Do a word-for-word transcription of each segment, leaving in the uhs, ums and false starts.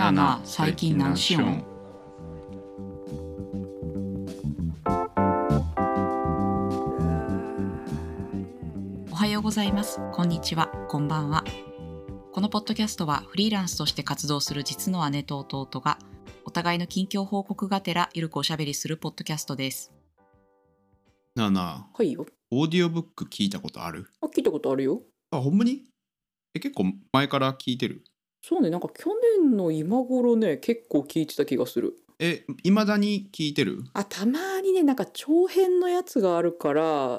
あな最近何しよん。おはようございます、こんにちは、こんばんは。このポッドキャストはフリーランスとして活動する実の姉と弟がお互いの近況報告がてらゆるくおしゃべりするポッドキャストです。 なあなあ、 はいよ。 オーディオブック聞いたことある？ あ、聞いたことあるよ。 あ、ほんまに？え、結構前から聞いてる？ そうね、なんか去年の今頃ね、結構聞いてた気がする。 え、いまだに聞いてる？ あ、たまにね、なんか長編のやつがあるから、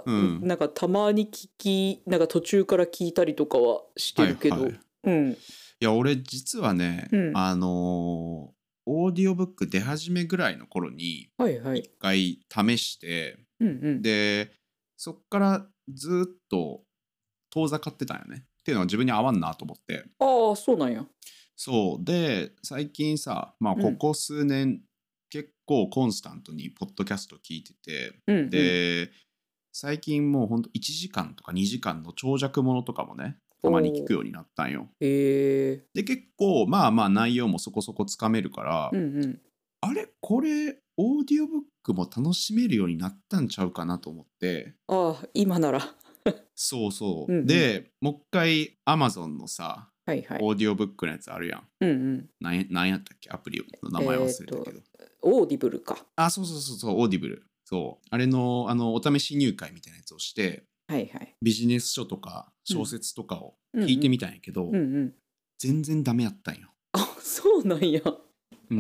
うんなんかたまに聞き、なんか途中から聞いたりとかはしてるけど、 はいはい。 うん。 いや、俺実はね、 うんあのーオーディオブック出始めぐらいの頃にはいはい。 一回試して、 うんうん。 で、そっからずっと遠ざかってたんよね。っていうのは自分に合わんなと思って。 ああ、そうなんや。 そうで最近さ、まあ、 うんここ数年、結構コンスタントにポッドキャスト聞いてて、 うんうん。 で最近もうほんといちじかんとかにじかんの長尺ものとかもねたまに聞くようになったんよ。 へえ。 で結構まあまあ内容もそこそこつかめるから、 うんうん。 あれこれオーディオブックも楽しめるようになったんちゃうかなと思って。 ああ、今なら。 そうそう、 うんうん。 でもう一回 Amazon のさはいはい。 オーディオブックのやつあるやん。 うんうん。 なんやなんやったっけアプリの名前忘れたけど、 えーっと、オーディブルか。 あ、そうそうそうそう、オーディブル。そう。あれの、あの、お試し入会みたいなやつをして、 はいはい。 ビジネス書とかうん小説とかをうん聞いてみたんやけど、 うんうん。 全然ダメやったんよ。 あ、そうなんや。 うん。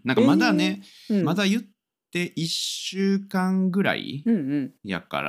なんかまだね、 えーうん、 まだ言っていっしゅうかんぐらいうんうんやから、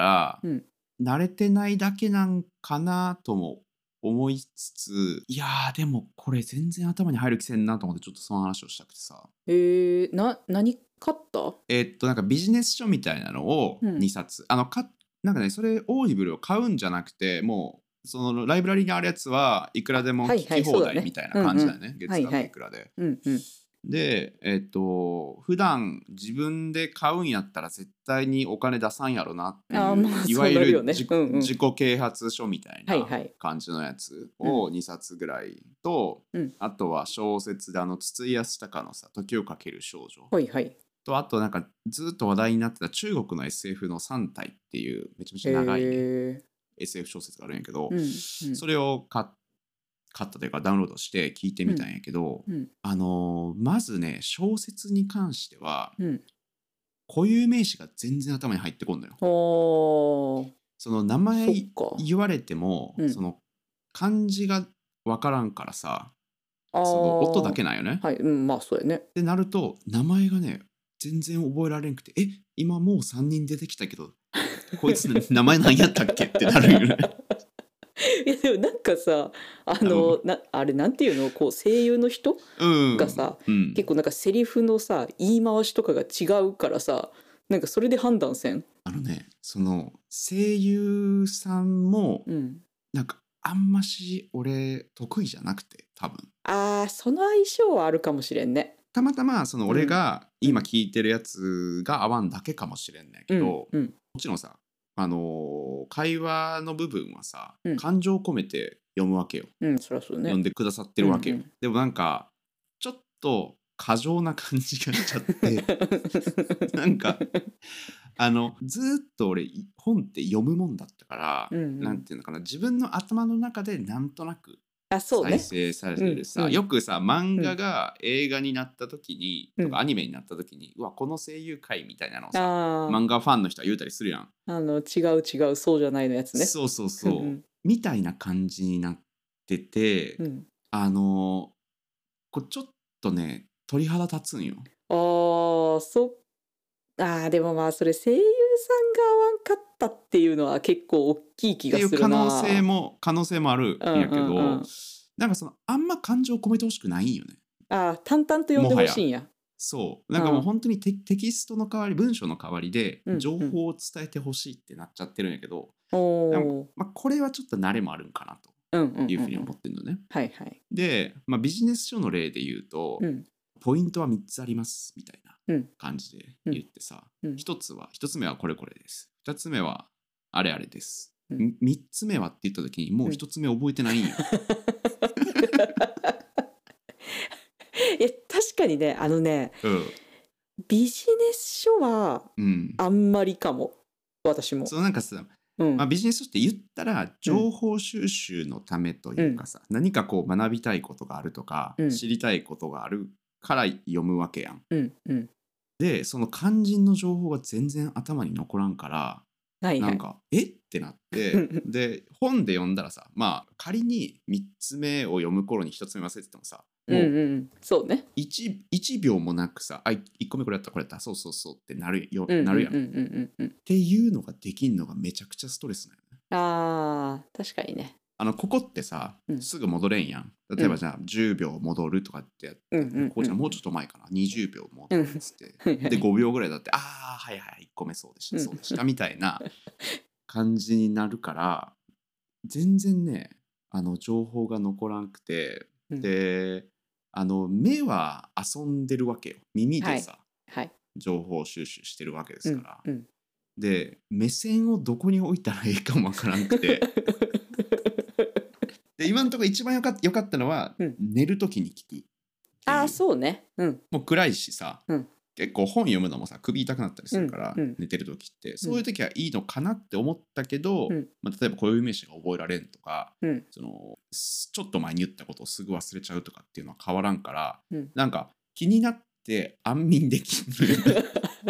うん。 慣れてないだけなんかなとも思いつつ、いやーでもこれ全然頭に入る気せんなと思ってちょっとその話をしたくてさ。 えー、な、何買った？ えーっとなんかビジネス書みたいなのをうんにさつ、あのかなんかねそれオーディブルを買うんじゃなくてもうそのライブラリにあるやつはいくらでもはいはい、 聞き放そうだね。 題みたいな感じだよね、 うんうん。 月額はいはい。 いくらで。 うんうん。 でえーっと普段自分で買うんやったら絶対にお金出さんやろなっていう、 あーまあいわゆそうなるよね。 る自己、 うんうん。 自己啓発書みたいなはいはい。 感じのやつうんをにさつぐらいと、 うん。 あとは小説であの筒井康隆のさ「時をかける少女」 はいはい。 とあとなんかずっと話題になってた中国の エスエフ のさん体っていうめちゃめちゃ長いね、 えエスエフ 小説があるんやけど、 ー、うんうん。 それを買買ったというかダウンロードして聞いてみたんやけど、 うんあのーまずね小説に関してはうん。 固有名詞が全然頭に入ってこんのよ。 おー。 その名そ前っか。 言われても、 うん。 その漢字がわからんからさ、 あその音だー。 けなんよね。 はい。うん、まあそうやね。 ってなると名前がね全然覚えられんくて、え今もうさんにん出てきたけどこいつの名前何やったっけってなるよね。 いやでもなんかさ、あうの、 ん、 な、あれなんていうの、こう声優の人うんがさ、 うん結構なんかセリフのさ、言い回しとかが違うからさ、なんかそれで判断せん？ あのねその声優さんもうん。 なんかあんまし俺得意じゃなくて、多分ああ、その相性はあるかもしれんね。 たまたまそのうん俺がうん今聞いてるやつが合わんだけかもしれんねんけうんど、 うんもちろんさあのー会話の部分はさ、 うん感情を込めて読むわけよ。 うん、そりゃそうね。 読んでくださってるわけよ。 うんうんでもなんかちょっと過剰な感じがしちゃってなんかあのずーっと俺い本って読むもんだったから、 うんうんなんていうのかな自分の頭の中でなんとなくあ、そう再ね。 生されるさ、 うんうんよくさ漫画が映画になった時に、 うんとかアニメになった時にうわこの声優界みたいなのをさあ漫画ファンの人は言うたりするやん。 あ、あの違う違うそうじゃないのやつね。 そうそうそう、 うんうんみたいな感じになってて、 うん。 あのこれちょっとね鳥肌立つんよ。 ああ、そあーでもまあそれ声優さんが合わんかったっていうのは結構大きい気っていう可がするな。 能性も可能性もあるんやけど、 うんうんうんなんかそのあんま感情を込めてほしくないんよね。 ああ、淡々と読んでほしいんや。 そうなんかもう本当にテ,、テキストの代わり文章の代わりでうんうん情報を伝えてほしいってなっちゃってるんやけど、 おでもお。 まあ、これはちょっと慣れもあるんかなとうんうんうんいうふうにうん。 思ってるのね。 はいはい。 で、まあ、ビジネス書の例で言うと、 うんポイントはみっつありますみたいなうん感じで言ってさ、 うんひとつはひとつめはこれこれです、ふたつめはあれあれです、 うんみっつめはって言った時にもうひとつめ覚えてないんよ。 いや確かにねあのねうんビジネス書はうんあんまりかも私も。 そうなんかさ、 うんまあ、ビジネス書って言ったら情報収集のためというかさ、何かこう学びたいことがあるとか、 うん知りたいことがあるから読むわけやん。 うんうんでその肝心の情報が全然頭に残らんからはいはい。 なんかえってなってで本で読んだらさまあ仮にみっつめを読む頃にひとつめ忘れててもさもううんうんうんそうね。 1, 1秒もなくさあいっこめこれやったこれやったそうそうそうってなるよ、 うんうんなるやん、っうんうんうんていうのができんのがめちゃくちゃストレスなのね。 あー確かにね。 あのここってさ、 うんすぐ戻れんやん。例えばじゃあじゅうびょう戻るとかってやって、 うんうんうんこうちゃんもうちょっと前かなにじゅうびょう戻るっつって、 はいはいでごびょうぐらいだってああはいはいいっこめそうでしたそうでしたみたいな感じになるから全然ねあの情報が残らんくて、 うんであの目は遊んでるわけよ。耳でさ、 はい。 情報収集してるわけですから、 うんうんで目線をどこに置いたらいいかもわからんくてで今のところ一番よかっよかったのは、 うん寝るときに聞くっていう。 あーそうね。うんもう暗いしさ、 うん結構本読むのもさ首痛くなったりするから、 うんうん寝てるときってそういうときはいいのかなって思ったけど、 うんまあ、例えば固有名詞が覚えられんとか、 うんそのすちょっと前に言ったことをすぐ忘れちゃうとかっていうのは変わらんから、 うんなんか気になって安眠できる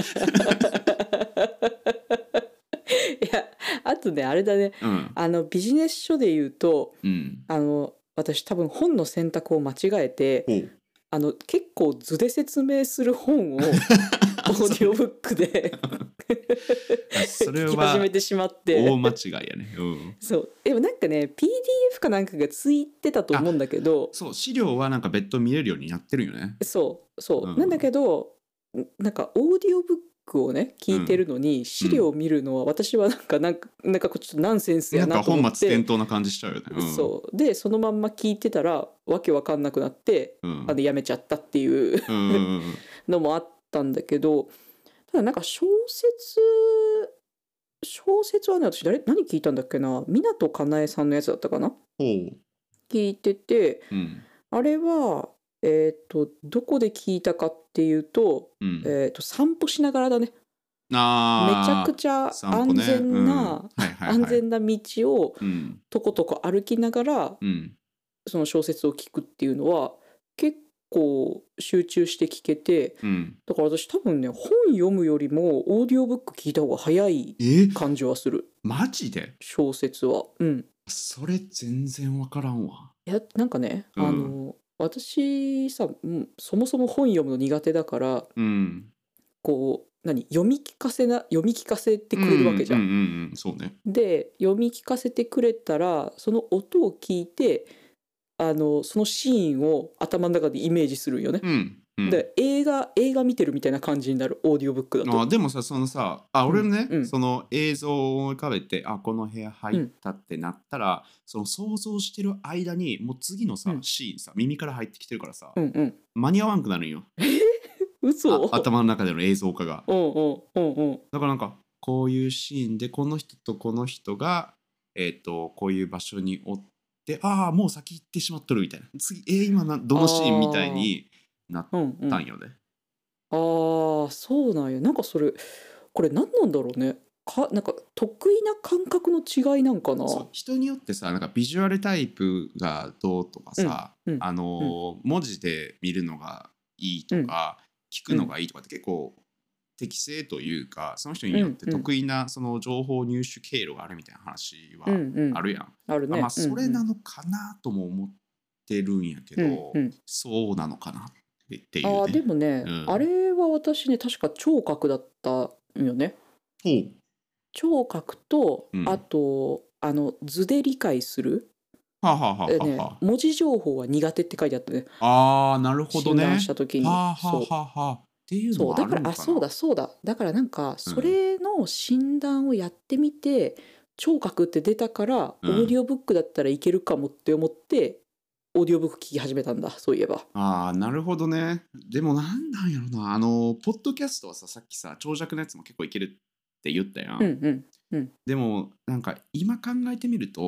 いやあとねあれだねうんあのビジネス書で言うとうんあの私多分本の選択を間違えてほうあの結構図で説明する本をオーディオブックでそれ聞き始めはてしまって大間違いやね、うん、 そうでもなんかね ピーディーエフ かなんかがついてたと思うんだけどそう資料はなんか別途見れるようになってるよね。 そうそう、 うんなんだけどんなんかオーディオブックをね聞いてるのに資料を見るのは私はなんかなんかなんかちょっとナンセンスやなんかなと思って本末転倒な感じしちゃうよね。うん、 そうでそのまんま聞いてたらわけわかんなくなってうん、 あのやめちゃったっていううんうんうんのもあったんだけどただなんか小説小説はね私誰何聞いたんだっけな湊かなえさんのやつだったかなほう、 聞いててうんあれはえっ、とどこで聞いたかっていうと,、 うん、 えー、と散歩しながらだねめちあゃくちゃ散歩ね安全な、 うんはいはいはい、 安全な道をうんとことこ歩きながらうん、 その小説を聞くっていうのは結構集中して聞けてうん、 だから私多分ね本読むよりもオーディオブック聞いた方が早いえ感じはするマジで小説は。うんそれ全然わからんわ。 いやなんかね、 うんあの私さ、うんそもそも本読むの苦手だからうんこう何読み聞かせな読み聞かせてくれるわけじゃん。 うんうんうんうん、そうね。 で読み聞かせてくれたらその音を聞いてあのそのシーンを頭の中でイメージするよね。 うんうん、 で映画映画見てるみたいな感じになるオーディオブックだと。 あでもさそのさあ俺ね、 うんうんその映像を思い浮かべてあこの部屋入ったってなったら、その想像してる間にもう次のさ、 うんシーンさ耳から入ってきてるからさ、 うんうん。 間に合わんくなるんよ嘘。 あ頭の中での映像化が。 うんうんうんうん。 だからなんかこういうシーンでこの人とこの人がえっ、とこういう場所におってああもう先行ってしまっとるみたいな次えー、今などのシーンみたいになっうんうん、あたんよね。 あーそうなんやなんかそれこれ何なんだろうねかなんか得意な感覚の違いなんかな。 そう人によってさなんかビジュアルタイプがどうとかさ、 うんうんあのー文字で見るのがいいとか、聞くのがいいとかって結構適性というかその人によってうんうん得意なその情報入手経路があるみたいな話はうんうんあるやん。 あるね。 まあそれなうんのかなとも思ってるんやけど、 うんうんそうなのかなってっていうあーでね。 もね、 うんあれは私ね確か聴覚だったんよね。 ほう聴覚と、 うんあとあの図で理解する、 はあ、はあはあえね、 は文字情報は苦手って書いてあったね。 あ、あーなるほどね。 診断した時に。 はあはあそうはあはあっていうのそうだからはあるのかな。 あそうだそうだだからなんかそれの診断をやってみて、聴覚って出たから、 うんオーディオブックだったらいけるかもって思ってオーディオブック聞き始めたんだそういえば。 ああ、なるほどね。でもなんなんやろな。あの、ポッドキャストはさ、さっきさ、長尺のやつも結構いけるって言ったやん。 うんうんでも、なんか今考えてみると、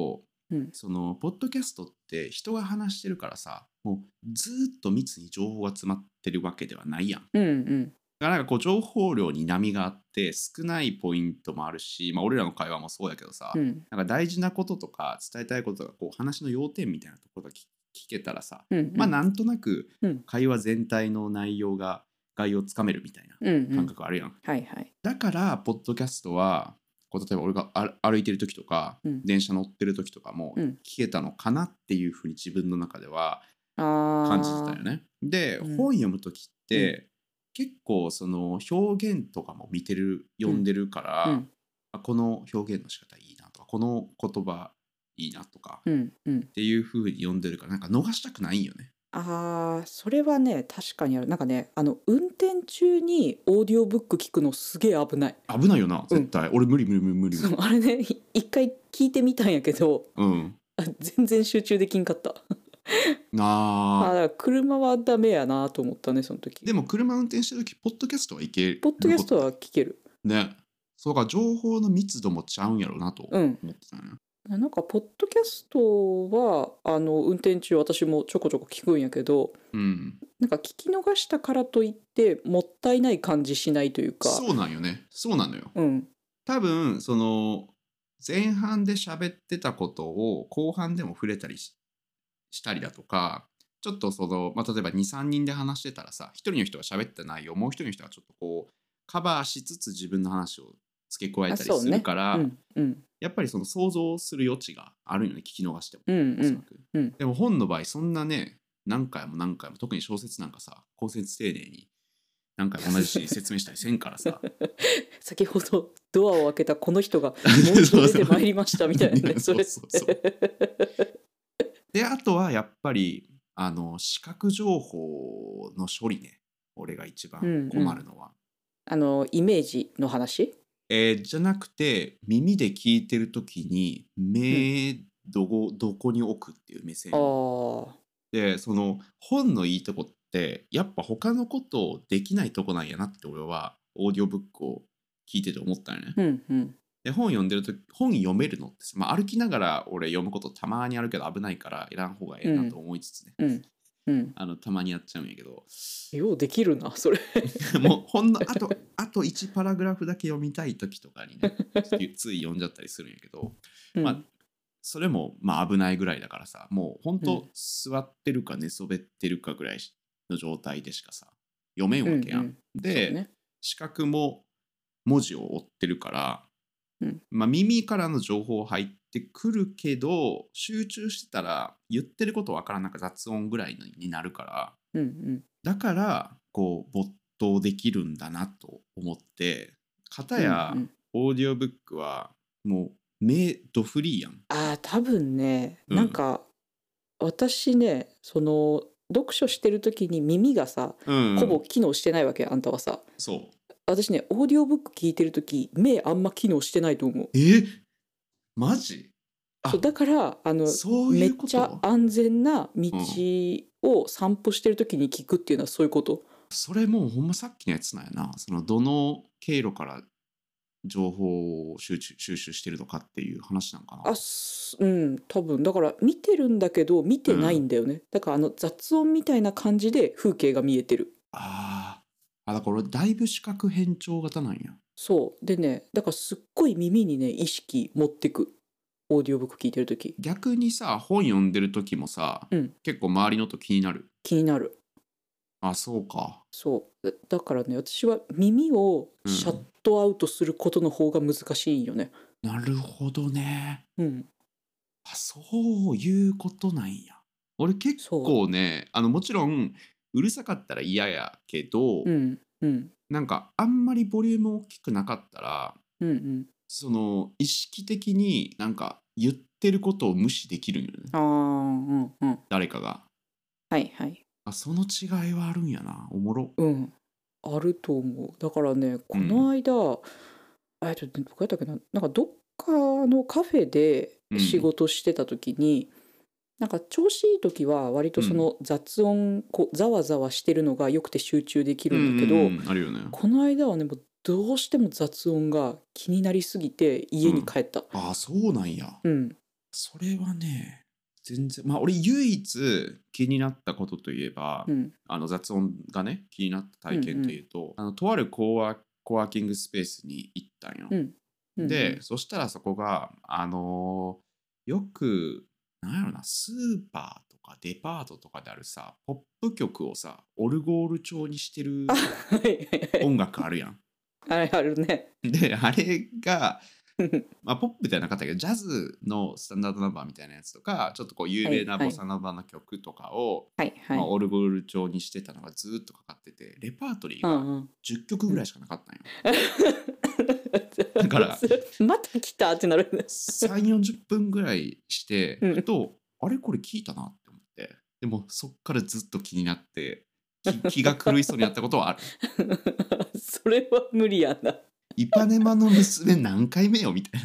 うんそのポッドキャストって人が話してるからさ、もうずーっと密に情報が詰まってるわけではないやん。 うんうんだからなんかこう情報量に波があって少ないポイントもあるし、まあ俺らの会話もそうやけどさ、 うんなんか大事なこととか伝えたいことがこう話の要点みたいなところが聞聞けたらさ、 うんうんまあなんとなくうん会話全体の内容が概要をつかめるみたいなうんうん感覚あるやん。 はいはいだからポッドキャストはこう例えば俺が歩歩いてる時とか、 うん電車乗ってる時とかもうん聞けたのかなっていうふうに自分の中ではあ感じてたよーね。で、 うん本読む時って、結構その表現とかも見てる読んでるから、 うんあこの表現の仕方いいなとかこの言葉いいなとかっうんうんていうふうに読んでるからなんか逃したくないんよね。 あーそれはね確かにある。なんかねあの運転中にオーディオブック聞くのすげえ危ない。 危ないよな絶対、俺無理無理無理無理そうあれねい一回聞いてみたんやけどうんあ全然集中できんかった。 なああだから車はダメやなと思ったねその時。 でも車運転してる時ポッドキャストはいけるポッドキャストは聞ける。 ね。そうか情報の密度もちゃうんやろうなとうん思ってたね。 なんかポッドキャストはあの運転中私もちょこちょこ聞くんやけどうん。 なんか聞き逃したからといってもったいない感じしないというかそうなんよね。そうなのよ。 うん多分その前半で喋ってたことを後半でも触れたりししたりだとか、ちょっとその、まあ、例えばにさんにんで話してたらさ、一人の人が喋った内容もう一人の人がちょっとこうカバーしつつ自分の話を付け加えたりあそうねするから、 うんうんやっぱりその想像する余地があるよね、聞き逃しても。 うんおそらくうんでも本の場合そんなね、何回も何回も特に小説なんかさ、根節丁寧に何回も同じし説明したりせんからさ。 先ほどドアを開けたこの人がもう一度出てまいりましたみたいなねそれそうそうそうであとはやっぱりあの視覚情報の処理ね、俺が一番困るのは、 あのイメージの話えーじゃなくて耳で聞いてる時に目どこ、どこに置くっていう目線あーで、その本のいいとこってやっぱ他のことをできないとこなんやなって俺はオーディオブックを聞いてて思ったよね。 うんうんで本読んでると本読めるのってさ、まあ、歩きながら俺読むことたまにあるけど危ないからいらん方がええなと思いつつね、 うんうんあのたまにやっちゃうんやけどようできるなそれもうほんのあとあといちパラグラフだけ読みたい時とかにねつい読んじゃったりするんやけど、 うんまあそれもまあ危ないぐらいだからさ、もうほんとうん座ってるか寝そべってるかぐらいの状態でしかさ読めんわけやん、 うんうんで、 そうね視覚も文字を追ってるから、 うんまあ、耳からの情報入ってくるけど集中してたら言ってることわからんなんか雑音ぐらいになるからうんうんだからこう没頭できるんだなと思って片やうんうんオーディオブックはもう目ドフリーやん。 あー多分ねうんなんか私ねその読書してる時に耳がさうん、 ほぼ機能してないわけあんたはさそう私ねオーディオブック聞いてる時目あんま機能してないと思うえマジあそうだからあのそうめっいうことちゃ安全な道を散歩してる時に聞くっていうのはそういうこと。 それもうほんまさっきのやつなんやな。そのどの経路から情報を収集収集してるのかっていう話なんかな。 あすうん多分だから見てるんだけど見てないんだよね、だからあの雑音みたいな感じで風景が見えてる。 あーあ、だから俺だいぶ視覚変調型なんや。 そうでねだからすっごい耳にね意識持ってくオーディオブック聞いてる時逆にさ、本読んでる時もさ、 うん結構周りの音気になる。 気になる。 あ、そうか。 そうだだからね私は耳をシャットアウトすることの方が難しいんよね。 なるほどね。 うんあ、そういうことなんや。俺結構ね、あのもちろんうるさかったら嫌やけど、 うんうんなんかあんまりボリューム大きくなかったら、 うんうんその意識的になんか言ってることを無視できるんよね。 あーうんうん誰かが。 はいはいあ、その違いはあるんやな。おもろ。 うんあると思う。だからねこの間、えっとどこやったっけななんかどっかのカフェで仕事してた時に、なんか調子いい時は割とその雑音、こうざわざわしてるのがよくて集中できるんだけど、 うんうんうんあるよね。 この間はねもうどうしても雑音が気になりすぎて家に帰った。 あ、そうなんや。 うんそれはね、全然、まあ俺唯一気になったことといえば、 うんあの雑音がね、気になった体験というと、あのとあるコワー、コワーキングスペースに行ったんよ。 うんうんで、 うんそしたらそこが、あのーよく、なんやろな、スーパーとかデパートとかであるさ、ポップ曲をさ、オルゴール調にしてるあはいはいはい音楽あるやん。 あれあるね。 で、あれが、まあ、ポップではなかったけど、ジャズのスタンダードナンバーみたいなやつとか、ちょっとこう有名なはいはいボサノバの曲とかを、 はいはい。 まあ、オルゴール調にしてたのがずーっとかかってて、レパートリーがうんうんじゅっきょくぐらいしかなかったんよ。だからまた来たってなるね。 さんじゅう、よんじゅっぷんぐらいして、 うんふと、あれこれ聞いたなって思って、でもそっからずっと気になって、き気が狂いそうになったことはある。 それは無理やな。 イパネマの娘何回目よみたいな。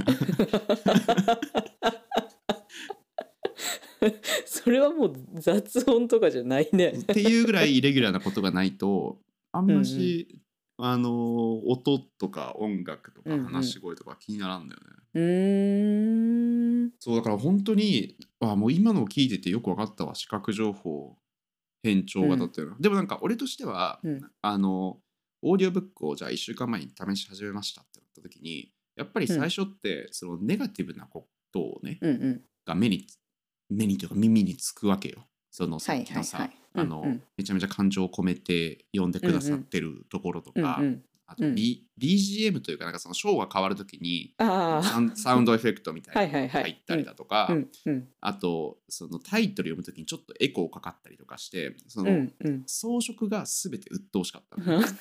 それはもう雑音とかじゃないね。 っていうぐらいイレギュラーなことがないと、あんまし、あのー音とか音楽とかうんうん話し声とか気にならんだよね。 うーん。 そうだから本当に、あ、もう今のを聞いててよく分かったわ。視覚情報変調型っていうのは。でもなんか俺としては、 うんあの、オーディオブックをじゃあいっしゅうかんまえに試し始めましたってなった時に、やっぱり最初ってそのネガティブなことをね、 うんうん。 が目に目にというか耳につくわけよ。そのさはいっきのさ、 はいはい。 あの、 うんうんめちゃめちゃ感情を込めて読んでくださってるところとか、 うんうんあと、B ビージーエム というかなんかそのショーが変わるときにあサンサウンドエフェクトみたいなのがはいはいはい入ったりだとか、 うんうんあとそのタイトル読むときにちょっとエコーかかったりとかしてその、 うんうん。 装飾が全て鬱陶しかったのね、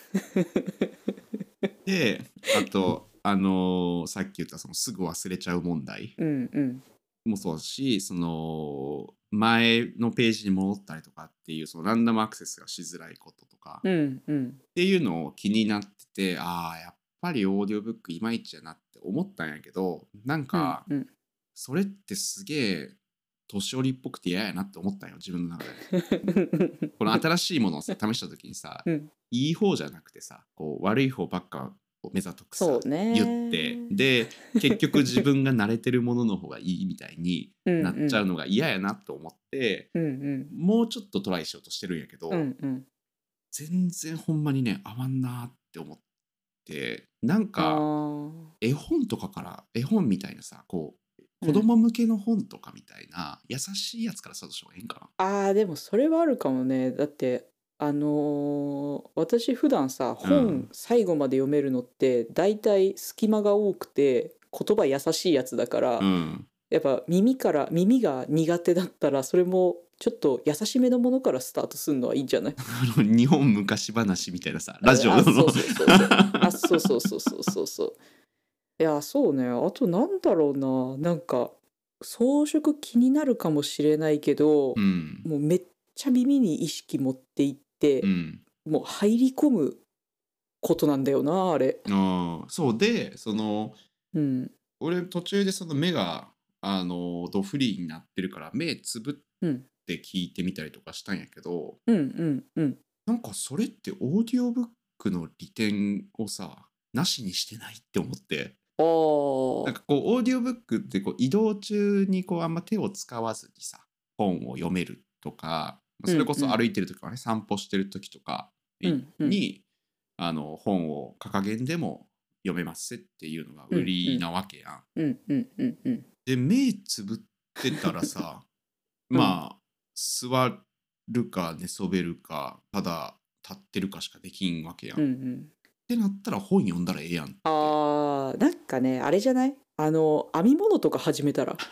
であとあのーさっき言ったそのすぐ忘れちゃう問題うんうんもそうだし、その前のページに戻ったりとかっていうそのランダムアクセスがしづらいこととかっうんうんていうのを気になってて、ああやっぱりオーディオブックいまいちやなって思ったんやけど、なんかうんそれってすげえ年寄りっぽくて嫌やなって思ったんよ自分の中で。 うんこの新しいものをさ試した時にさ、 うんいい方じゃなくてさ、こう悪い方ばっかを目ざとくさそうね言ってで結局自分が慣れてるものの方がいいみたいになっちゃうのが嫌やなと思って、 うんうんもうちょっとトライしようとしてるんやけど、 うんうん全然ほんまにね合わんなって思ってなんあかー絵本とかから絵本みたいなさこう子供向けの本とかみたいな、優しいやつからスタートした方がいいんかな。 あーでもそれはあるかもね。だってあのー私普段さうん本最後まで読めるのってだいたい隙間が多くて言葉優しいやつだから、 うんやっぱ耳から耳が苦手だったらそれもちょっと優しめのものからスタートするのはいいんじゃない？ あの日本昔話みたいなさラジオのあそうそうそうそうあそうそうそうそうそうそういやそうね。あとなんだろうな、なんか装飾気になるかもしれないけど、 うんもうめっちゃ耳に意識持っていって、 うんもう入り込むことなんだよなあれ。 ああそうでそのうん俺途中でその目があのドフリーになってるから目つぶっうんて聞いてみたりとかしたんやけど、 うんうんうんなんかそれってオーディオブックの利点をさなしにしてないって思って、 あーなんかこうオーディオブックってこう移動中にこうあんま手を使わずにさ本を読めるとか、それこそ歩いてる時とかね、散歩してる時とかに、 うんうんあの本を掲げんでも読めますっていうのが売りなわけやん。 うんうんうんうんで目つぶってたらさうんまあ座るか寝そべるかただ立ってるかしかできんわけやん。 うんうっんてなったら本読んだらええやんって。 あーなんかねあれじゃない？あの編み物とか始めたら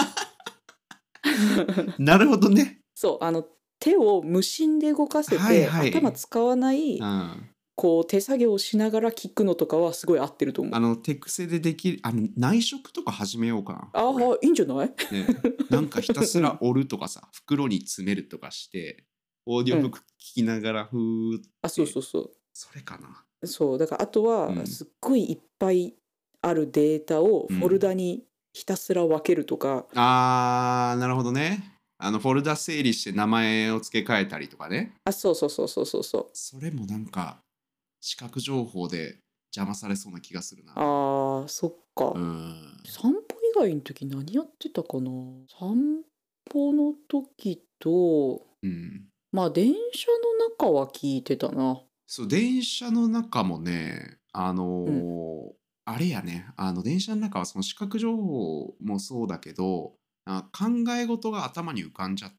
なるほどね。 そうあの手を無心で動かせて、 はいはい頭使わないうんこう手作業をしながら聞くのとかはすごい合ってると思う。 あの手癖でできるあの内職とか始めようかな。 あ俺あいいんじゃない？ ね、なんかひたすら折るとかさ袋に詰めるとかしてオーディオブック聞きながらふーってあそうそうそうそれかな。 そうだからあとうんはすっごいいっぱいあるデータをフォルダにひたすら分けるとか、 あーなるほどね。あのフォルダ整理して名前を付け替えたりとかね。 あそうそうそうそうそうそうそれもなんか視覚情報で邪魔されそうな気がするな。 あーそっか、 うん散歩以外の時何やってたかな。散歩の時と、 うん。 まあ電車の中は聞いてたな。 そう、電車の中もね、あのうん。 ーあれやね、あの電車の中はその視覚情報もそうだけど、あ考え事が頭に浮かんじゃって、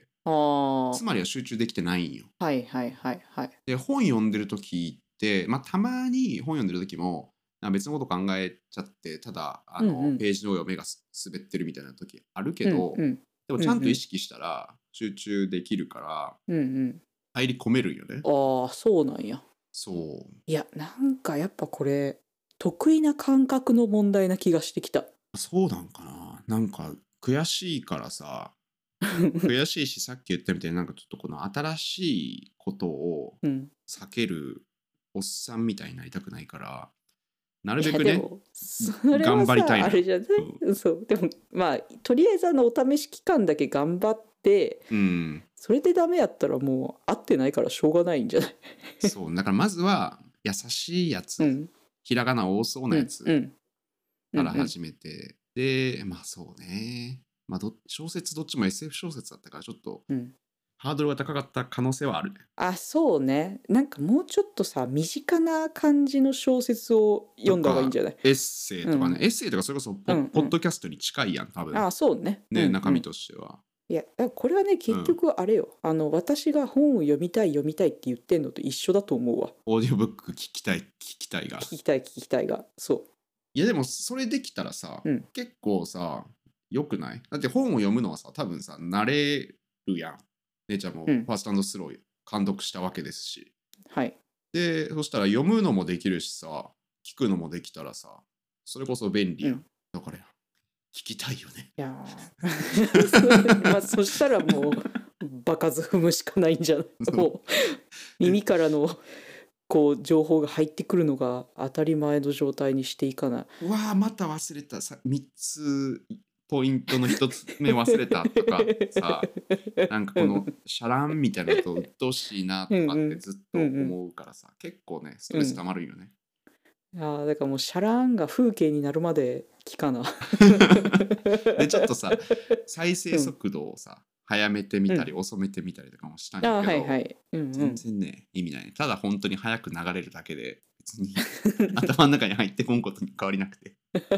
ああ、 つまりは集中できてないんよ。 はいはいはいはい。 で、本読んでる時って、まあ、たまに本読んでる時も、なんか別のこと考えちゃって、ただ、あうんうの、 ん。 ページの上を目がす滑ってるみたいな時あるけうんど、 うん。 でもうんうん。 ちゃんと意識したら集中できるから、 うんうん。 入り込めるんよね。 ああ、そうなんや。 そう。 いや、なんかやっぱこれ、得意な感覚の問題な気がしてきた。 そうなんかな。なんか悔しいからさ、悔しいし、さっき言ったみたいになんかちょっとこの新しいことをうん。 避けるおっさんみたいになりたくないから、なるいべくね、 やでもそれは頑張りたさいのよ。 あれじゃない、 うんそうでもまあとりあえずあのお試し期間だけ頑張ってうん。 それでダメやったらもう合ってないからしょうがないんじゃない？ そう。だからまずは優しいやつ、 うんひらがな多そううなやつんうんうんうんから始めて、で、まあそうね。まあど小説どっちも エスエフ 小説だったからちょっとうん。 ハードルが高かった可能性はあるね。 あ、そうね。なんかもうちょっとさ身近な感じの小説を読んだ方がいいんじゃない？ エッセイとかね、 うんエッセイとかそれこそポ,、 うんうんポッドキャストに近いやん、多分。 あ、そうね。 ね、 うんうん中身としては。 いやだからこれはね結局あれよ、あの私が本を読みたい読みたいって言ってんのと一緒だと思うわ。 オーディオブック聞きたい、聞きたいが。 聞きたい聞きたいがそいやでもそれできたらさ、 うん結構さ、よくない？だって本を読むのはさ、多分さ、慣れるやん。姉ちゃんもフうんァーストスロー監督したわけですし。 うはい。 で、そしたら読むのもできるしさ、聞くのもできたらさ、それこそ便利やん。 うんだから、聞きたいよね。 いやーまあそしたらもう場数踏むしかないんじゃないそうもう耳からのこう情報が入ってくるのが当たり前の状態にしていかない。 うわあ、また忘れた。さみっつポイントのひとつめ忘れたとかさ、なんかこのシャランみたいなのと鬱陶しいなとかってずっと思うからさ、結構ね、ストレスたまるんよね。 いやーだからもうシャラーンが風景になるまで聞かな。 で、ちょっとさ、再生速度をさ、早めてみたり、遅めてみたりとかもしたんあーやけど、 はいはい。うんうん全。然ね、意味ない。ただ本当に早く流れるだけで、別に頭の中に入ってこんことに変わりなくて。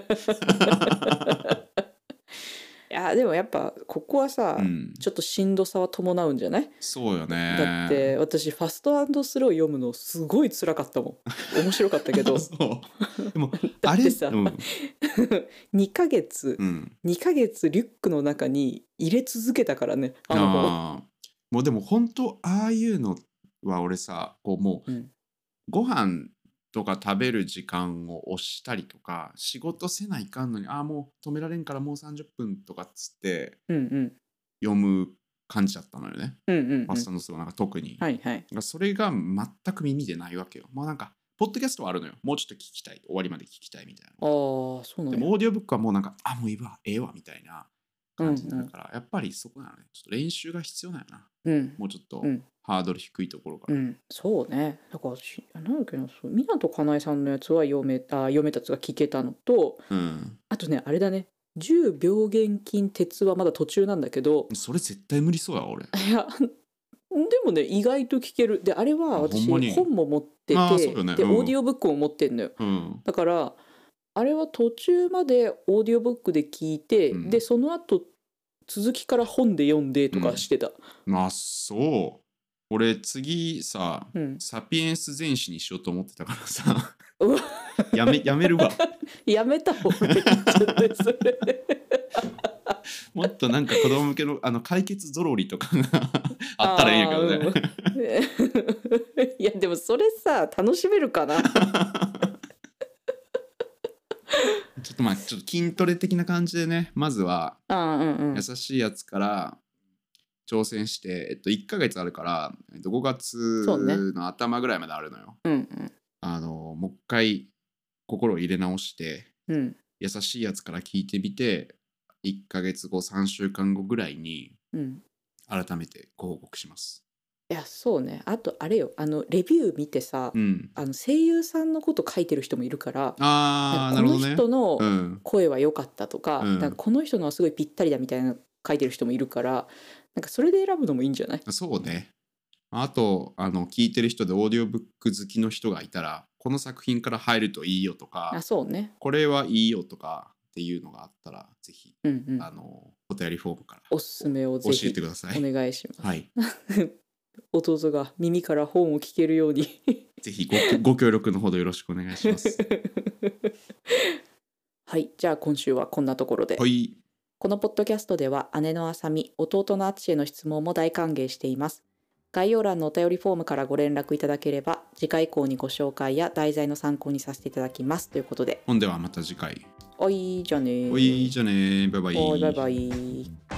いやーでもやっぱここはさ、 うん、 ちょっとしんどさは伴うんじゃない？ そうよね。 だって私ファスト&スロー読むのすごい辛かったもん。面白かったけどそうでもだってさあれ、うんにかげつ、 うん、 にかげつリュックの中に入れ続けたからねあの本。 あーもうでも本当ああいうのは俺さ、こうもううんご飯とか食べる時間を押したりとか、仕事せないかんのに、ああもう止められんからもうさんじゅっぷんとかっつってうんうん読む感じだったのよね。 うんうんうんファストのスローなんか特に。 はいはい。 それが全く耳でないわけよ。まあなんか、ポッドキャストはあるのよ。もうちょっと聞きたい。終わりまで聞きたいみたいな。 ああそうなんや。 でも、オーディオブックはもうなんか、あ、もういいわ、ええわ、みたいな感じになるから、やっぱりそこなのね。ちょっと練習が必要なのな。 うんもうちょっとうんハードル低いところから。 うんそうね。だからしなんだっけな、そう湊かなえさんのやつは読めあ読めたつが聞けたのと、 うん。 あとねあれだね。じゅう病原菌鉄はまだ途中なんだけど、 それ絶対無理そうやわ、俺。 いやでもね意外と聞ける。であれはあ私ほんまに本も持ってあーて、でそうよねうんオーディオブックも持ってんのよ。 うん。 だからあれは途中までオーディオブックで聞いて、 うんでその後続きから本で読んでとかしてた。 まあ、そう。俺、次さ、 うんサピエンス全史にしようと思ってたからさ、 うわやめ、やめるわ。 やめた方がいいんじゃないそれ。 もっとなんか子供向けのあの解決ぞろりとかがあったらいいけどね。 あーうんいやでもそれさ楽しめるかな。 ちょっとまあちょっと筋トレ的な感じでね、まずはあーうんうん優しいやつから挑戦して、えっと、いっかげつあるから、えっと、ごがつそうねの頭ぐらいまであるのよ。 うんうんあのもう一回心を入れ直してうん優しいやつから聞いてみて、いっかげつごさんしゅうかんごぐらいにうん改めてご報告します。 いやそうね、あとあれよ、あのレビュー見てさ、 うん、 あの声優さんのこと書いてる人もいるから、 あーなんかこのなるほどね。 人のうん声は良かったとか、 うんなんかこの人のはすごいぴったりだみたいなの書いてる人もいるから、なんかそれで選ぶのもいいんじゃない？ そうね。あとあの聞いてる人でオーディオブック好きの人がいたら、この作品から入るといいよとあ、 か、 そうね。 これはいいよとかっていうのがあったら、ぜひ、 うんうん。 あのお便りフォームからおすすめをぜ教えひてください。 お願いします。 はい。 弟が耳から本を聞けるようにぜひ ご, ご協力のほどよろしくお願いします。 はい、じゃあ今週はこんなところで。 はい。 このポッドキャストでは姉のあさみ、弟のあつしへの質問も大歓迎しています。概要欄のお便りフォームからご連絡いただければ、次回以降にご紹介や題材の参考にさせていただきますということで。 ほんではまた次回。 おいじゃあねー。 おいじゃあね、バイバイ。 おいバイバイ。